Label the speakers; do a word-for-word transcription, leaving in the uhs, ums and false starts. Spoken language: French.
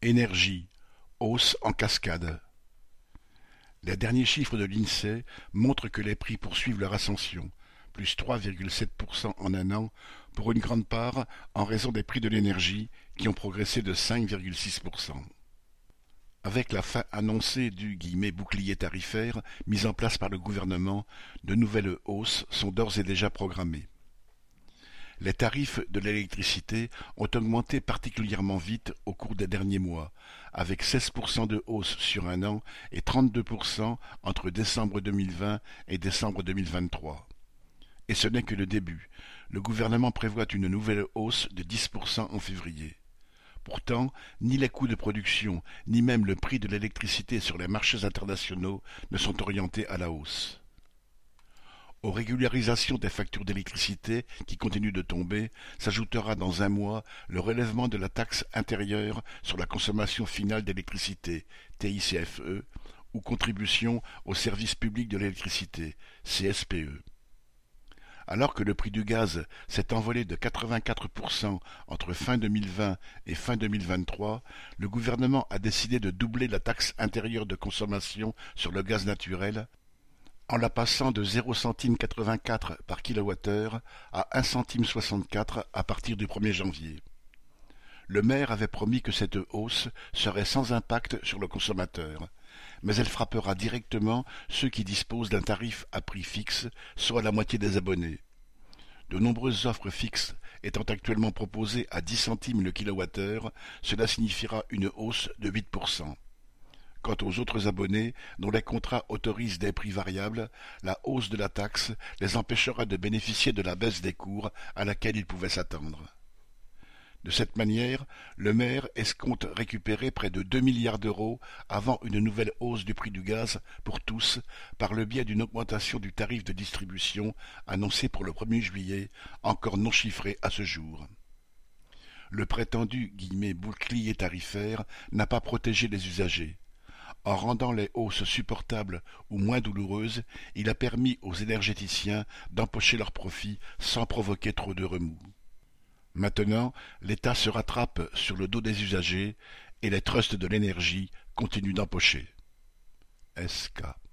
Speaker 1: Énergie, hausse en cascade. Les derniers chiffres de l'INSEE montrent que les prix poursuivent leur ascension, plus trois virgule sept pour cent en un an, pour une grande part en raison des prix de l'énergie qui ont progressé de cinq virgule six pour cent. Avec la fin annoncée du « bouclier tarifaire » mis en place par le gouvernement, de nouvelles hausses sont d'ores et déjà programmées. Les tarifs de l'électricité ont augmenté particulièrement vite au cours des derniers mois, avec seize pour cent de hausse sur un an et trente-deux pour cent entre décembre deux mille vingt et décembre deux mille vingt-trois. Et ce n'est que le début. Le gouvernement prévoit une nouvelle hausse de dix pour cent en février. Pourtant, ni les coûts de production, ni même le prix de l'électricité sur les marchés internationaux ne sont orientés à la hausse. Aux régularisations des factures d'électricité qui continuent de tomber, s'ajoutera dans un mois le relèvement de la taxe intérieure sur la consommation finale d'électricité, T I C F E, ou contribution au service public de l'électricité, C S P E. Alors que le prix du gaz s'est envolé de quatre-vingt-quatre pour cent entre fin deux mille vingt et fin deux mille vingt-trois, le gouvernement a décidé de doubler la taxe intérieure de consommation sur le gaz naturel, en la passant de zéro centime quatre-vingt-quatre par kilowattheure à un centime soixante-quatre à partir du premier janvier. Le maire avait promis que cette hausse serait sans impact sur le consommateur, mais elle frappera directement ceux qui disposent d'un tarif à prix fixe, soit la moitié des abonnés. De nombreuses offres fixes étant actuellement proposées à dix centimes le kilowattheure, cela signifiera une hausse de huit pour cent. Quant aux autres abonnés, dont les contrats autorisent des prix variables, la hausse de la taxe les empêchera de bénéficier de la baisse des cours à laquelle ils pouvaient s'attendre. De cette manière, le maire escompte récupérer près de deux milliards d'euros avant une nouvelle hausse du prix du gaz pour tous par le biais d'une augmentation du tarif de distribution annoncée pour le premier juillet, encore non chiffré à ce jour. Le prétendu « bouclier tarifaire » n'a pas protégé les usagers. En rendant les hausses supportables ou moins douloureuses, il a permis aux énergéticiens d'empocher leurs profits sans provoquer trop de remous. Maintenant, l'État se rattrape sur le dos des usagers et les trusts de l'énergie continuent d'empocher. S K